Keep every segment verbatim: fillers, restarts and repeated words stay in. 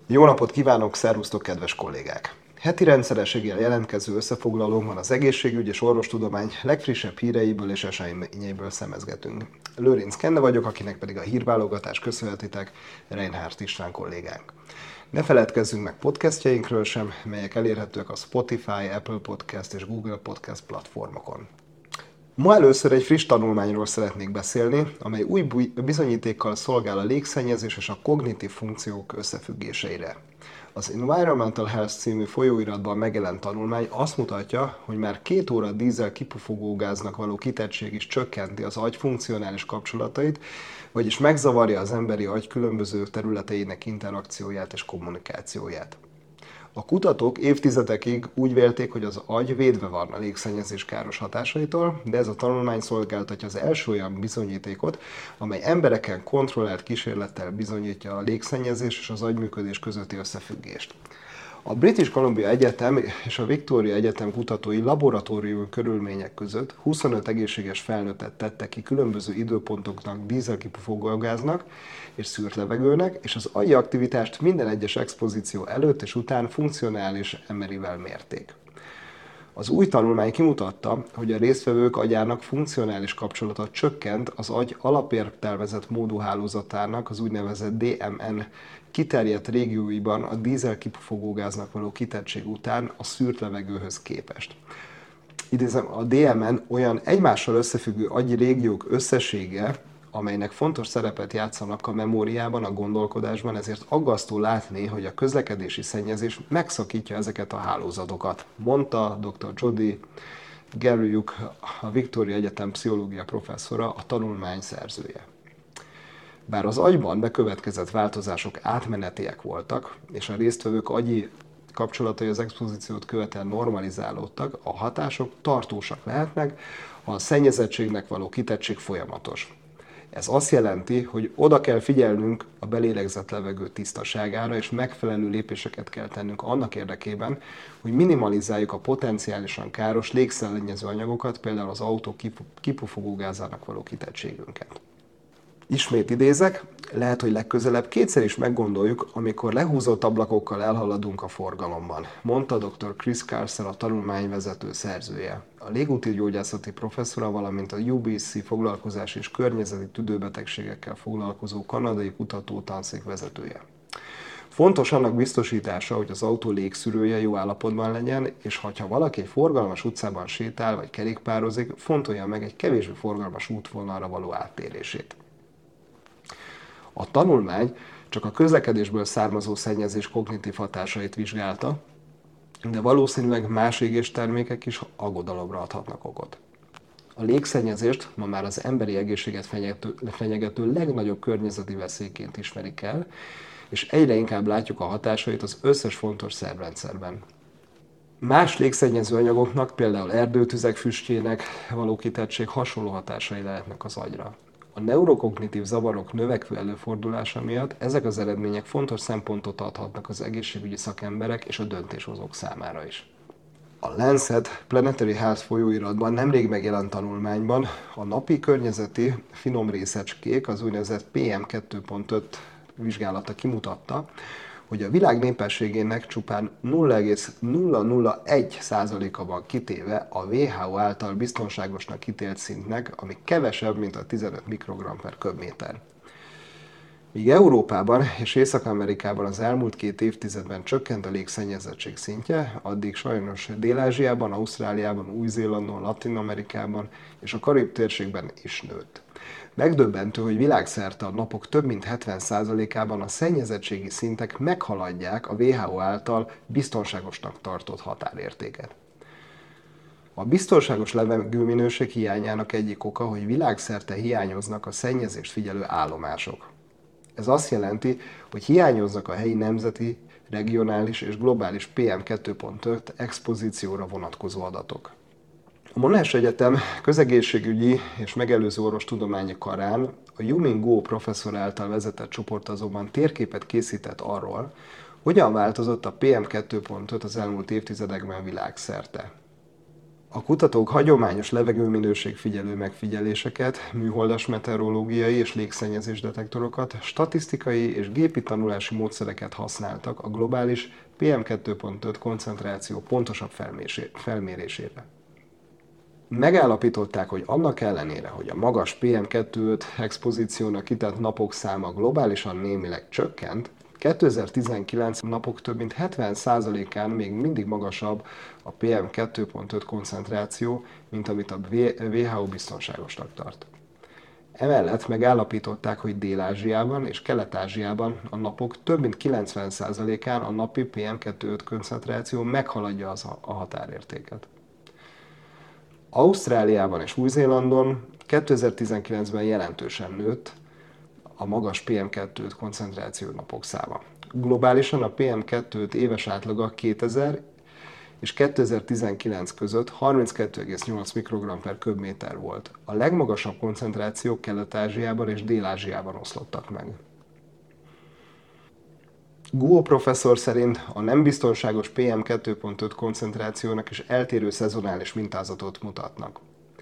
Jó napot kívánok, szervusztok, kedves kollégák! Heti rendszerességgel jelentkező összefoglalónkban az egészségügy és orvostudomány legfrissebb híreiből és eseményeiből szemezgetünk. Lőrinc Kende vagyok, akinek pedig a hírválogatást köszönhetitek, Reinhardt István kollégánk. Ne feledkezzünk meg podcastjainkről sem, melyek elérhetőek a Spotify, Apple Podcast és Google Podcast platformokon. Ma először egy friss tanulmányról szeretnék beszélni, amely új bizonyítékkal szolgál a légszennyezés és a kognitív funkciók összefüggéseire. Az Environmental Health című folyóiratban megjelent tanulmány azt mutatja, hogy már két óra dízel kipufogógáznak való kitettség is csökkenti az agy funkcionális kapcsolatait, vagyis megzavarja az emberi agy különböző területeinek interakcióját és kommunikációját. A kutatók évtizedekig úgy vélték, hogy az agy védve van a légszennyezés káros hatásaitól, de ez a tanulmány szolgáltatja az első olyan bizonyítékot, amely embereken kontrollált kísérlettel bizonyítja a légszennyezés és az agyműködés közötti összefüggést. A British Columbia Egyetem és a Victoria Egyetem kutatói laboratóriumi körülmények között huszonöt egészséges felnőttet tettek ki különböző időpontoknak dízelkipufogógáznak és szűrt levegőnek, és az agyi aktivitást minden egyes expozíció előtt és után funkcionális em er i-vel mérték. Az új tanulmány kimutatta, hogy a résztvevők agyának funkcionális kapcsolata csökkent az agy alapértelmezett módú hálózatának, az úgynevezett dé em en kiterjedt régióiban a dízel kipufogógáznak való kitettség után a szűrt levegőhöz képest. Idézem, a dé em en olyan egymással összefüggő agyi régiók összessége, amelynek fontos szerepet játszanak a memóriában, a gondolkodásban, ezért aggasztó látni, hogy a közlekedési szennyezés megszakítja ezeket a hálózatokat, mondta dr. Jody Garriuk, a Victoria Egyetem pszichológia professzora, a tanulmány szerzője. Bár az agyban bekövetkezett változások átmenetiek voltak, és a résztvevők agyi kapcsolatai az expozíciót követően normalizálódtak, a hatások tartósak lehetnek, ha a szennyezettségnek való kitettség folyamatos. Ez azt jelenti, hogy oda kell figyelnünk a belélegzett levegő tisztaságára, és megfelelő lépéseket kell tennünk annak érdekében, hogy minimalizáljuk a potenciálisan káros légszennyező anyagokat, például az autó kipufogógázának való kitettségünket. Ismét idézek, lehet, hogy legközelebb kétszer is meggondoljuk, amikor lehúzott ablakokkal elhaladunk a forgalomban, mondta dr. Chris Carson, a tanulmány vezető szerzője. A légúti gyógyászati professzora, valamint a u bé cé foglalkozási és környezeti tüdőbetegségekkel foglalkozó kanadai kutató tanszék vezetője. Fontos annak biztosítása, hogy az autó légszűrője jó állapotban legyen, és ha valaki egy forgalmas utcában sétál vagy kerékpározik, fontolja meg egy kevésbé forgalmas útvonalra való áttérését. A tanulmány csak a közlekedésből származó szennyezés kognitív hatásait vizsgálta, de valószínűleg más égéstermékek is aggodalomra adhatnak okot. A légszennyezést ma már az emberi egészséget fenyegető, fenyegető legnagyobb környezeti veszélyként ismerik el, és egyre inkább látjuk a hatásait az összes fontos szervrendszerben. Más légszennyező anyagoknak, például erdőtüzek füstjének való kitettség hasonló hatásai lehetnek az agyra. A neurokognitív zavarok növekvő előfordulása miatt ezek az eredmények fontos szempontot adhatnak az egészségügyi szakemberek és a döntéshozók számára is. A Lancet Planetary Health folyóiratban nemrég megjelent tanulmányban a napi környezeti finom részecskék, az úgynevezett pé em kettő pont öt vizsgálata kimutatta, hogy a világ népességének csupán nulla egész nulla nulla egy százaléka van kitéve a dupla vé há o által biztonságosnak ítélt szintnek, ami kevesebb, mint a tizenöt mikrogram per köbméter. Míg Európában és Észak-Amerikában az elmúlt két évtizedben csökkent a légszennyezettség szintje, addig sajnos Dél-Ázsiában, Ausztráliában, Új-Zélandon, Latin-Amerikában és a Karib térségben is nőtt. Megdöbbentő, hogy világszerte a napok több mint hetven százalékában a szennyezettségi szintek meghaladják a dupla vé há o által biztonságosnak tartott határértéket. A biztonságos levegőminőség hiányának egyik oka, hogy világszerte hiányoznak a szennyezést figyelő állomások. Ez azt jelenti, hogy hiányoznak a helyi nemzeti, regionális és globális pé em kettő pont öt expozícióra vonatkozó adatok. A Monash Egyetem közegészségügyi és megelőző orvostudományi karán a Yumin Go professzor által vezetett csoport azonban térképet készített arról, hogyan változott a pé em kettő pont öt az elmúlt évtizedekben világszerte. A kutatók hagyományos levegőminőségfigyelő megfigyeléseket, műholdas meteorológiai és légszennyezés detektorokat, statisztikai és gépi tanulási módszereket használtak a globális pé em kettő pont öt koncentráció pontosabb felmérésére. Megállapították, hogy annak ellenére, hogy a magas pé em kettő pont öt expozíciónak kitett napok száma globálisan némileg csökkent, kétezer-tizenkilenc napok több mint hetven százalékán még mindig magasabb a pé em kettő pont öt koncentráció, mint amit a vé há o biztonságosnak tart. Emellett megállapították, hogy Dél-Ázsiában és Kelet-Ázsiában a napok több mint kilencven százalékán a napi pé em kettő pont öt koncentráció meghaladja az a határértéket. Ausztráliában és Új-Zélandon kétezer-tizenkilencben jelentősen nőtt a magas pé em kettő pont öt koncentráció napok száma. Globálisan a pé em kettő pont öt éves átlaga kétezer és kétezer-tizenkilenc között harminckettő egész nyolc mikrogram per köbméter volt. A legmagasabb koncentrációk Kelet-Ázsiában és Dél-Ázsiában oszlottak meg. Guo professzor szerint a nem biztonságos pé em kettő pont öt koncentrációnak is eltérő szezonális mintázatot mutatnak.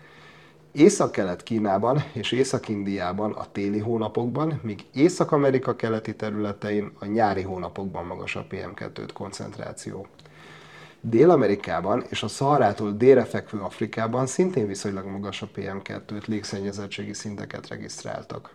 Észak-Kelet-Kínában és Észak-Indiában a téli hónapokban, míg Észak-Amerika keleti területein a nyári hónapokban magas a pé em kettő pont öt koncentráció. Dél-Amerikában és a Szaharától délre fekvő Afrikában szintén viszonylag magas a pé em kettő pont öt légszennyezettségi szinteket regisztráltak.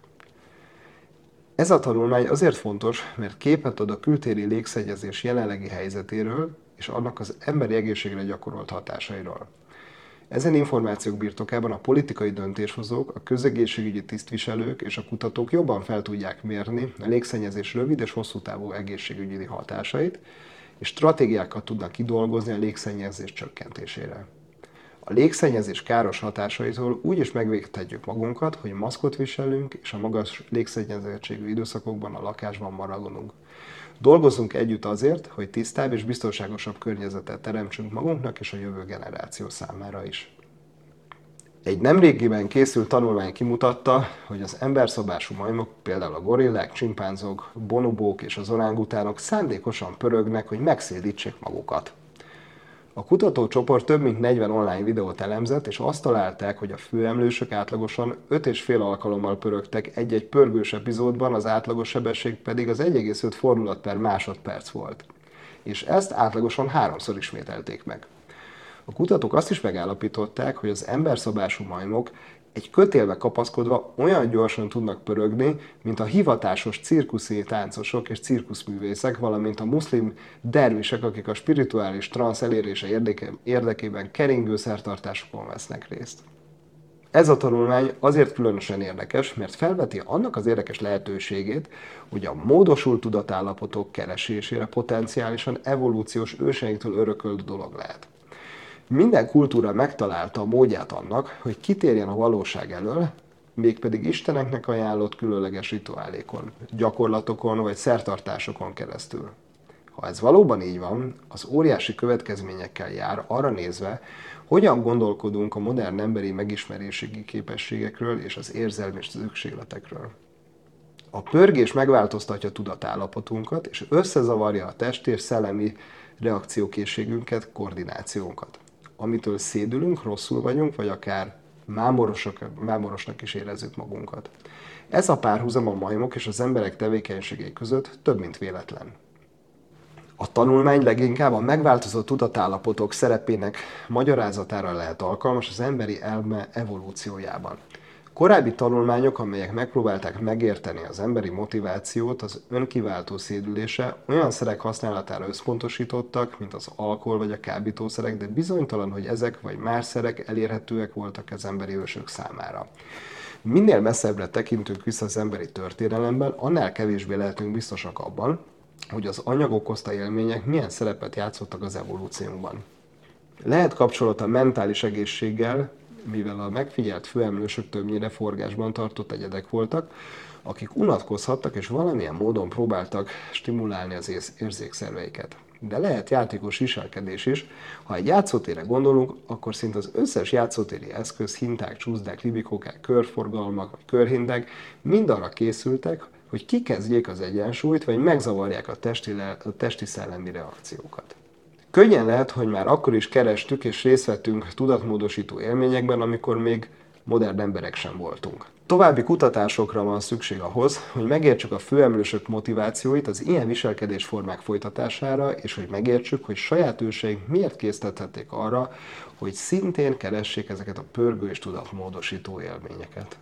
Ez a tanulmány azért fontos, mert képet ad a kültéri légszennyezés jelenlegi helyzetéről és annak az emberi egészségre gyakorolt hatásairól. Ezen információk birtokában a politikai döntéshozók, a közegészségügyi tisztviselők és a kutatók jobban fel tudják mérni a légszennyezés rövid és hosszú távú egészségügyi hatásait, és stratégiákat tudnak kidolgozni a légszennyezés csökkentésére. A légszennyezés káros hatásaitól úgy is megvédhetjük magunkat, hogy maszkot viselünk, és a magas légszennyezettségű időszakokban a lakásban maradunk. Dolgozzunk együtt azért, hogy tisztább és biztonságosabb környezetet teremtsünk magunknak és a jövő generáció számára is. Egy nemrégiben készült tanulmány kimutatta, hogy az emberszabású majmok, például a gorillák, csimpánzok, bonobók és az orángutánok szándékosan pörögnek, hogy megszédítsék magukat. A kutatócsoport több mint negyven online videót elemzett, és azt találták, hogy a főemlősök átlagosan öt és fél alkalommal pörögtek egy-egy pörgős epizódban, az átlagos sebesség pedig az egy egész öt fordulat per másodperc volt. És ezt átlagosan háromszor ismételték meg. A kutatók azt is megállapították, hogy az emberszabású majmok egy kötélbe kapaszkodva olyan gyorsan tudnak pörögni, mint a hivatásos cirkuszi táncosok és cirkuszművészek, valamint a muszlim dervisek, akik a spirituális transz elérése érdekében keringő szertartásokon vesznek részt. Ez a tanulmány azért különösen érdekes, mert felveti annak az érdekes lehetőségét, hogy a módosult tudatállapotok keresésére potenciálisan evolúciós őseinktől örökölt dolog lehet. Minden kultúra megtalálta a módját annak, hogy kitérjen a valóság elől, mégpedig isteneknek ajánlott különleges rituálékon, gyakorlatokon vagy szertartásokon keresztül. Ha ez valóban így van, az óriási következményekkel jár arra nézve, hogyan gondolkodunk a modern emberi megismerési képességekről és az érzelmi szükségletekről. A pörgés megváltoztatja tudatállapotunkat, és összezavarja a testi és szellemi reakciókészségünket, koordinációnkat. Amitől szédülünk, rosszul vagyunk, vagy akár mámorosnak is érezzük magunkat. Ez a párhuzam a majmok és az emberek tevékenységei között több, mint véletlen. A tanulmány leginkább a megváltozott tudatállapotok szerepének magyarázatára lehet alkalmas az emberi elme evolúciójában. Korábbi tanulmányok, amelyek megpróbálták megérteni az emberi motivációt, az önkiváltó szédülése olyan szerek használatára összpontosítottak, mint az alkohol vagy a kábítószerek, de bizonytalan, hogy ezek vagy más szerek elérhetőek voltak az emberi ősök számára. Minél messzebbre tekintünk vissza az emberi történelemben, annál kevésbé lehetünk biztosak abban, hogy az anyag okozta élmények milyen szerepet játszottak az evolúciónkban. Lehet kapcsolat a mentális egészséggel, mivel a megfigyelt főemlősök többnyire forgásban tartott egyedek voltak, akik unatkozhattak és valamilyen módon próbáltak stimulálni az érzékszerveiket. De lehet játékos viselkedés is. Ha egy játszótérre gondolunk, akkor szinte az összes játszótéri eszköz, hinták, csúszdák, libikókák, körforgalmak vagy körhindák mind arra készültek, hogy kikezdjék az egyensúlyt, vagy megzavarják a testi, a testi szellemi reakciókat. Könnyen lehet, hogy már akkor is kerestük és részt vettünk tudatmódosító élményekben, amikor még modern emberek sem voltunk. További kutatásokra van szükség ahhoz, hogy megértsük a főemlősök motivációit az ilyen viselkedésformák folytatására, és hogy megértsük, hogy saját őseink miért késztethették arra, hogy szintén keressék ezeket a pörgő és tudatmódosító élményeket.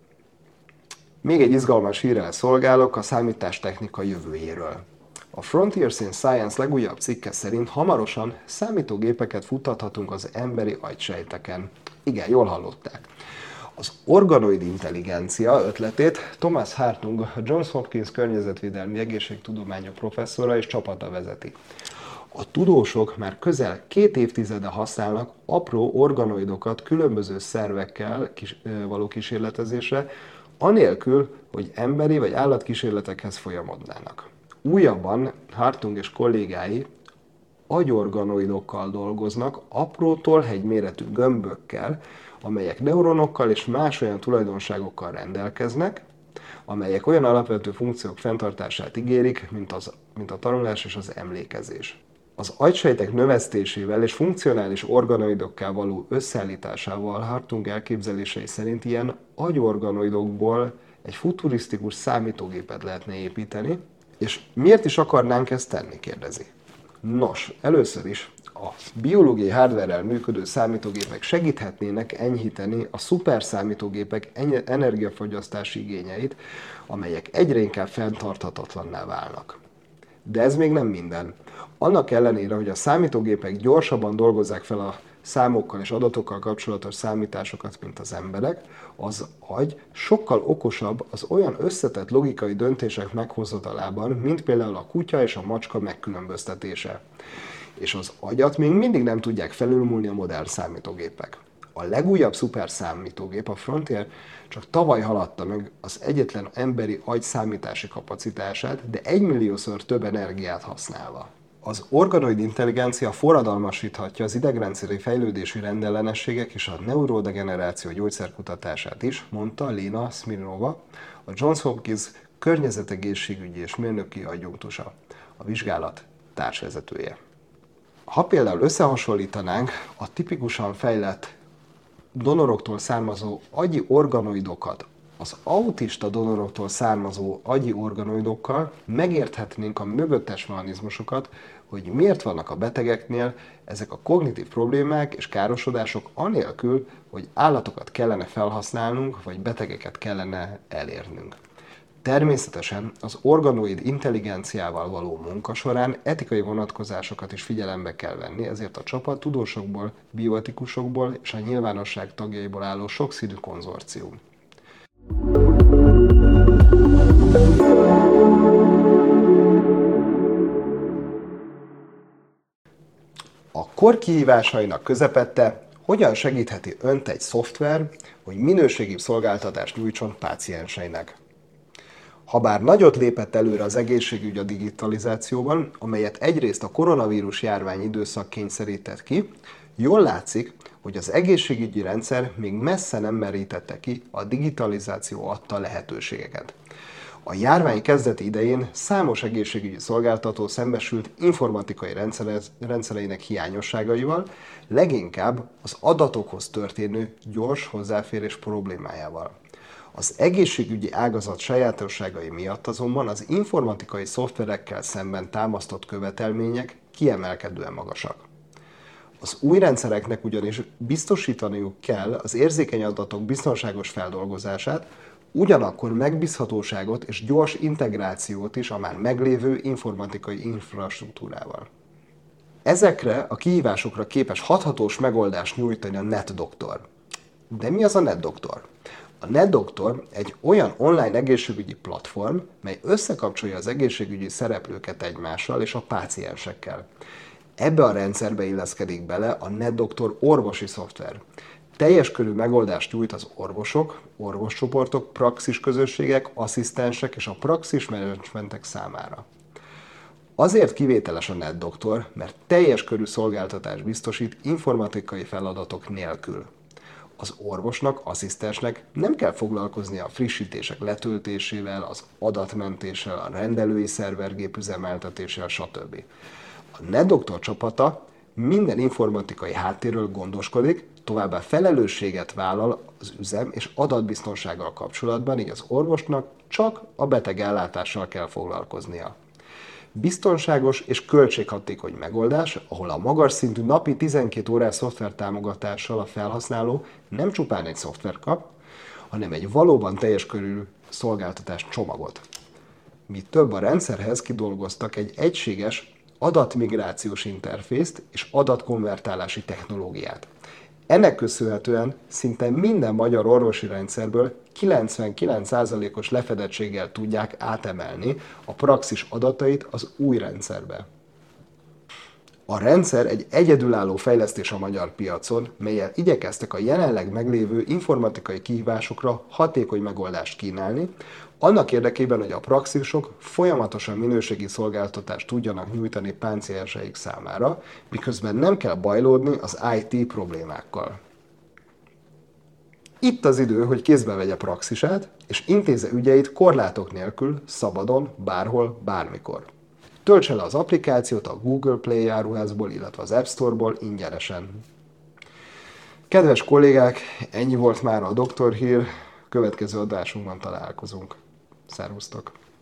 Még egy izgalmas hírrel szolgálok a számítástechnika jövőjéről. A Frontiers in Science legújabb cikke szerint hamarosan számítógépeket futtathatunk az emberi agysejteken. Igen, jól hallották. Az organoid intelligencia ötletét Thomas Hartung, a Johns Hopkins környezetvédelmi egészségtudományok professzora és csapata vezeti. A tudósok már közel két évtizede használnak apró organoidokat különböző szervekkel kis, való kísérletezésre, anélkül, hogy emberi vagy állatkísérletekhez folyamodnának. Újabban Hartung és kollégái agyorganoidokkal dolgoznak, aprótól hegyméretű gömbökkel, amelyek neuronokkal és más olyan tulajdonságokkal rendelkeznek, amelyek olyan alapvető funkciók fenntartását ígérik, mint, az, mint a tanulás és az emlékezés. Az agysejtek növesztésével és funkcionális organoidokká való összeállításával Hartung elképzelései szerint ilyen agyorganoidokból egy futurisztikus számítógépet lehetne építeni. És miért is akarnánk ezt tenni, kérdezi. Nos, először is a biológiai hardware-rel működő számítógépek segíthetnének enyhíteni a szuperszámítógépek energiafogyasztási igényeit, amelyek egyre inkább fenntarthatatlanná válnak. De ez még nem minden. Annak ellenére, hogy a számítógépek gyorsabban dolgozzák fel a számokkal és adatokkal kapcsolatos számításokat, mint az emberek, az agy sokkal okosabb az olyan összetett logikai döntések meghozatalában, mint például a kutya és a macska megkülönböztetése. És az agyat még mindig nem tudják felülmúlni a modern számítógépek. A legújabb szuperszámítógép, a Frontier, csak tavaly haladta meg az egyetlen emberi agy számítási kapacitását, de egymilliószor több energiát használva. Az organoid intelligencia forradalmasíthatja az idegrendszeri fejlődési rendellenességek és a neurodegeneráció gyógyszerkutatását is, mondta Lena Smirnova, a Johns Hopkins környezetegészségügyi és mérnöki adjunktusa, a vizsgálat társvezetője. Ha például összehasonlítanánk a tipikusan fejlett donoroktól származó agyi organoidokat az autista donoroktól származó agyi organoidokkal, megérthetnénk a mögöttes mechanizmusokat, hogy miért vannak a betegeknél ezek a kognitív problémák és károsodások anélkül, hogy állatokat kellene felhasználnunk, vagy betegeket kellene elérnünk. Természetesen az organoid intelligenciával való munka során etikai vonatkozásokat is figyelembe kell venni, ezért a csapat tudósokból, bioetikusokból és a nyilvánosság tagjaiból álló sokszínű konzorcium. A kor kihívásainak közepette hogyan segítheti önt egy szoftver, hogy minőségibb szolgáltatást nyújtson pácienseinek? Habár nagyot lépett előre az egészségügy a digitalizációban, amelyet egyrészt a koronavírus járvány időszak kényszerített ki, jól látszik, hogy az egészségügyi rendszer még messze nem merítette ki a digitalizáció adta lehetőségeket. A járvány kezdeti idején számos egészségügyi szolgáltató szembesült informatikai rendszereinek hiányosságaival, leginkább az adatokhoz történő gyors hozzáférés problémájával. Az egészségügyi ágazat sajátosságai miatt azonban az informatikai szoftverekkel szemben támasztott követelmények kiemelkedően magasak. Az új rendszereknek ugyanis biztosítaniuk kell az érzékeny adatok biztonságos feldolgozását, ugyanakkor megbízhatóságot és gyors integrációt is a már meglévő informatikai infrastruktúrával. Ezekre a kihívásokra képes hathatós megoldást nyújtani a NetDoctor. De mi az a NetDoctor? A NetDoctor egy olyan online egészségügyi platform, mely összekapcsolja az egészségügyi szereplőket egymással és a páciensekkel. Ebbe a rendszerbe illeszkedik bele a NetDoctor orvosi szoftver. Teljes körű megoldást nyújt az orvosok, orvoscsoportok, praxisközösségek, asszisztensek és a praxismenedzsmentek számára. Azért kivételes a NetDoctor, mert teljes körű szolgáltatást biztosít informatikai feladatok nélkül. Az orvosnak, asszisztensnek nem kell foglalkoznia a frissítések letöltésével, az adatmentéssel, a rendelői szervergép üzemeltetéssel, stb. A NetDoktor csapata minden informatikai háttérről gondoskodik, továbbá felelősséget vállal az üzem és adatbiztonsággal kapcsolatban, így az orvosnak csak a betegellátással kell foglalkoznia. Biztonságos és költséghatékony megoldás, ahol a magas szintű napi tizenkét órás szoftvertámogatással a felhasználó nem csupán egy szoftvert kap, hanem egy valóban teljes körű szolgáltatás csomagot. Mi több, a rendszerhez kidolgoztak egy egységes adatmigrációs interfészt és adatkonvertálási technológiát. Ennek köszönhetően szinte minden magyar orvosi rendszerből kilencvenkilenc százalékos lefedettséggel tudják átemelni a praxis adatait az új rendszerbe. A rendszer egy egyedülálló fejlesztés a magyar piacon, mellyel igyekeztek a jelenleg meglévő informatikai kihívásokra hatékony megoldást kínálni, annak érdekében, hogy a praxisok folyamatosan minőségi szolgáltatást tudjanak nyújtani pácienseik számára, miközben nem kell bajlódni az i té problémákkal. Itt az idő, hogy kézbe vegye praxisát, és intézze ügyeit korlátok nélkül, szabadon, bárhol, bármikor. Töltse le az applikációt a Google Play áruházból, illetve az App Store-ból ingyenesen. Kedves kollégák, ennyi volt már a doktor Hír, következő adásunkban találkozunk. Szervusztok!